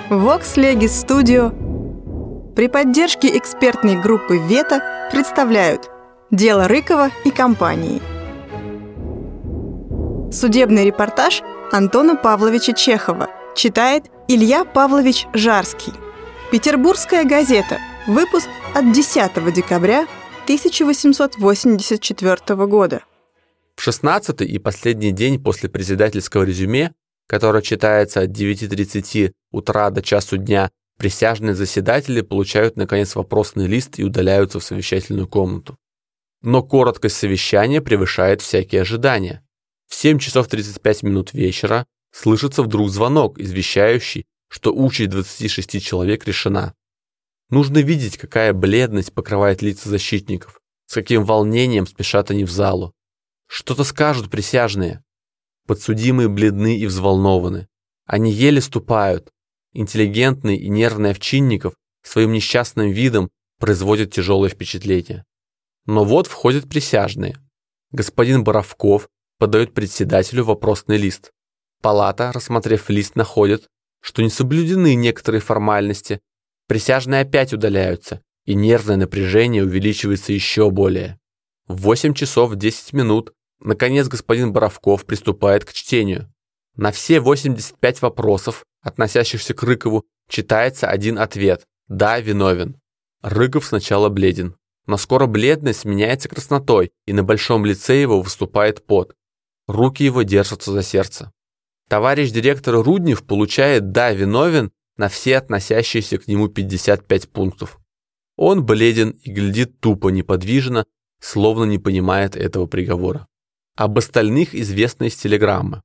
Vox Legis Studio при поддержке экспертной группы «Вета» представляют «Дело Рыкова и компании». Судебный репортаж Антона Павловича Чехова. Читает Илья Павлович Жарский. Петербургская газета. Выпуск от 10 декабря 1884 года. В 16-й и последний день после председательского резюме, которое читается от 9:30 утра до часу дня, присяжные заседатели получают, наконец, вопросный лист и удаляются в совещательную комнату. Но короткость совещания превышает всякие ожидания. В 7 часов 35 минут вечера слышится вдруг звонок, извещающий, что участь 26 человек решена. Нужно видеть, какая бледность покрывает лица защитников, с каким волнением спешат они в залу. Что-то скажут присяжные. Подсудимые бледны и взволнованы. Они еле ступают. Интеллигентный и нервный Овчинников своим несчастным видом производит тяжелое впечатление. Но вот входят присяжные. Господин Боровков подает председателю вопросный лист. Палата, рассмотрев лист, находит, что не соблюдены некоторые формальности. Присяжные опять удаляются, и нервное напряжение увеличивается еще более. В 8 часов 10 минут наконец господин Боровков приступает к чтению. На все 85 вопросов, относящихся к Рыкову, читается один ответ «Да, виновен». Рыков сначала бледен, но скоро бледность сменяется краснотой, и на большом лице его выступает пот. Руки его держатся за сердце. Товарищ директор Руднев получает «Да, виновен» на все относящиеся к нему 55 пунктов. Он бледен и глядит тупо, неподвижно, словно не понимает этого приговора. Об остальных известно из телеграммы.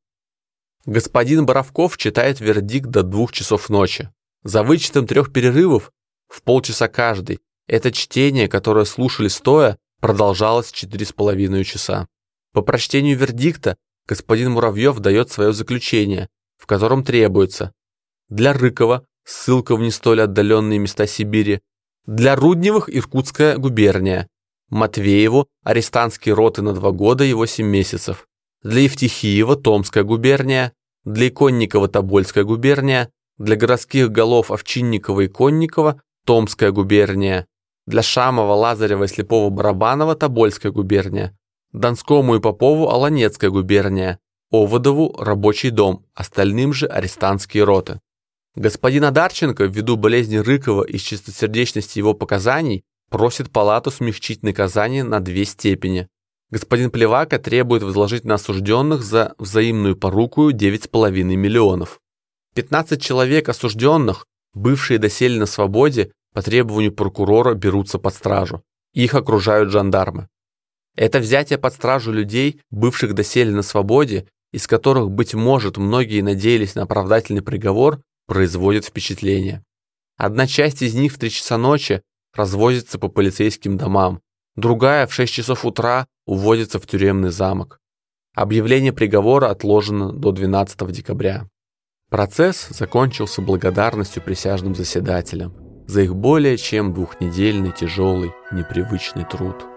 Господин Боровков читает вердикт до 2 часов ночи. За вычетом 3 перерывов, в полчаса каждый, это чтение, которое слушали стоя, продолжалось 4,5 часа. По прочтению вердикта господин Муравьев дает свое заключение, в котором требуется: для Рыкова ссылка в не столь отдаленные места Сибири, для Рудневых Иркутская губерния, Матвееву арестантские роты на 2 года и 8 месяцев, для Евтихиева Томская губерния, для Иконникова Тобольская губерния, для городских голов Овчинникова и Конникова Томская губерния, для Шамова, Лазарева и Слепого Барабанова Тобольская губерния, Донскому и Попову Оланецкая губерния, Оводову рабочий дом, остальным же арестантские роты. Господин Одарченко, ввиду болезни Рыкова и чистосердечности его показаний, просит палату смягчить наказание на 2 степени. Господин Плевака требует возложить на осужденных за взаимную порукую 9,5 миллионов. 15 человек осужденных, бывшие доселе на свободе, по требованию прокурора берутся под стражу. Их окружают жандармы. Это взятие под стражу людей, бывших доселе на свободе, из которых, быть может, многие надеялись на оправдательный приговор, производит впечатление. Одна часть из них в 3 часа ночи развозится по полицейским домам, другая в 6 часов утра уводится в тюремный замок. Объявление приговора отложено до 12 декабря. Процесс закончился благодарностью присяжным заседателям за их более чем 2-недельный тяжелый, непривычный труд.